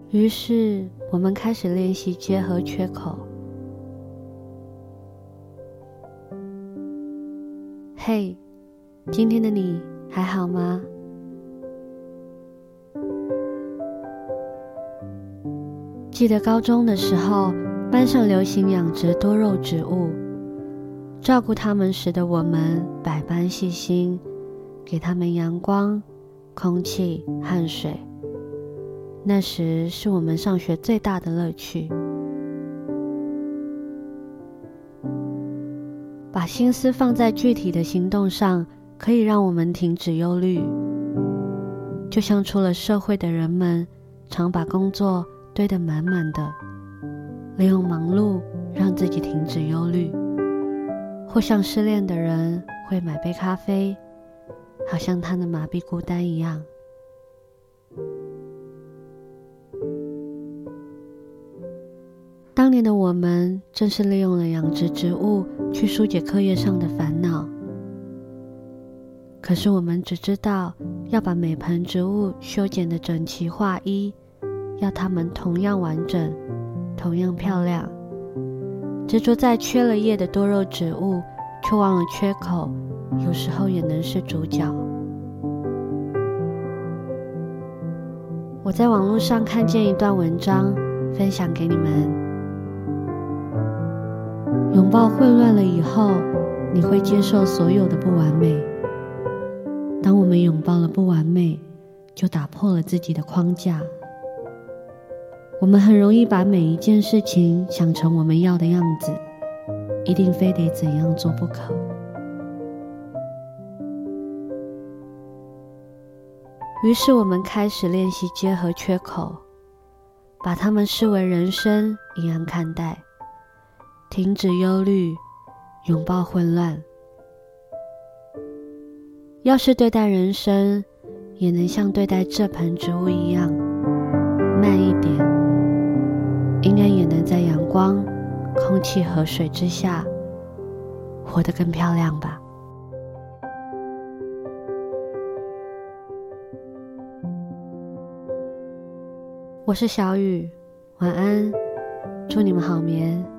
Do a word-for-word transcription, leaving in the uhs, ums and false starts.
于是我们开始练习结合缺口。嘿，今天的你还好吗？记得高中的时候，班上流行养殖多肉植物，照顾它们时的我们百般细心，给它们阳光、空气和水。那时是我们上学最大的乐趣。把心思放在具体的行动上，可以让我们停止忧虑。就像出了社会的人们，常把工作堆得满满的，利用忙碌让自己停止忧虑。或像失恋的人会买杯咖啡，好像他能麻痹孤单一样。当年的我们正是利用了养殖植物去疏解课业上的烦恼，可是我们只知道要把每盆植物修剪得整齐划一，要它们同样完整，同样漂亮。执着在缺了叶的多肉植物，却忘了缺口有时候也能是主角。我在网络上看见一段文章，分享给你们。拥抱混乱了以后，你会接受所有的不完美。当我们拥抱了不完美，就打破了自己的框架。我们很容易把每一件事情想成我们要的样子，一定非得怎样做不可。于是我们开始练习结合缺口，把它们视为人生一样看待，停止忧虑，拥抱混乱。要是对待人生，也能像对待这盆植物一样，慢一点，应该也能在阳光、空气和水之下，活得更漂亮吧。我是小雨，晚安，祝你们好眠。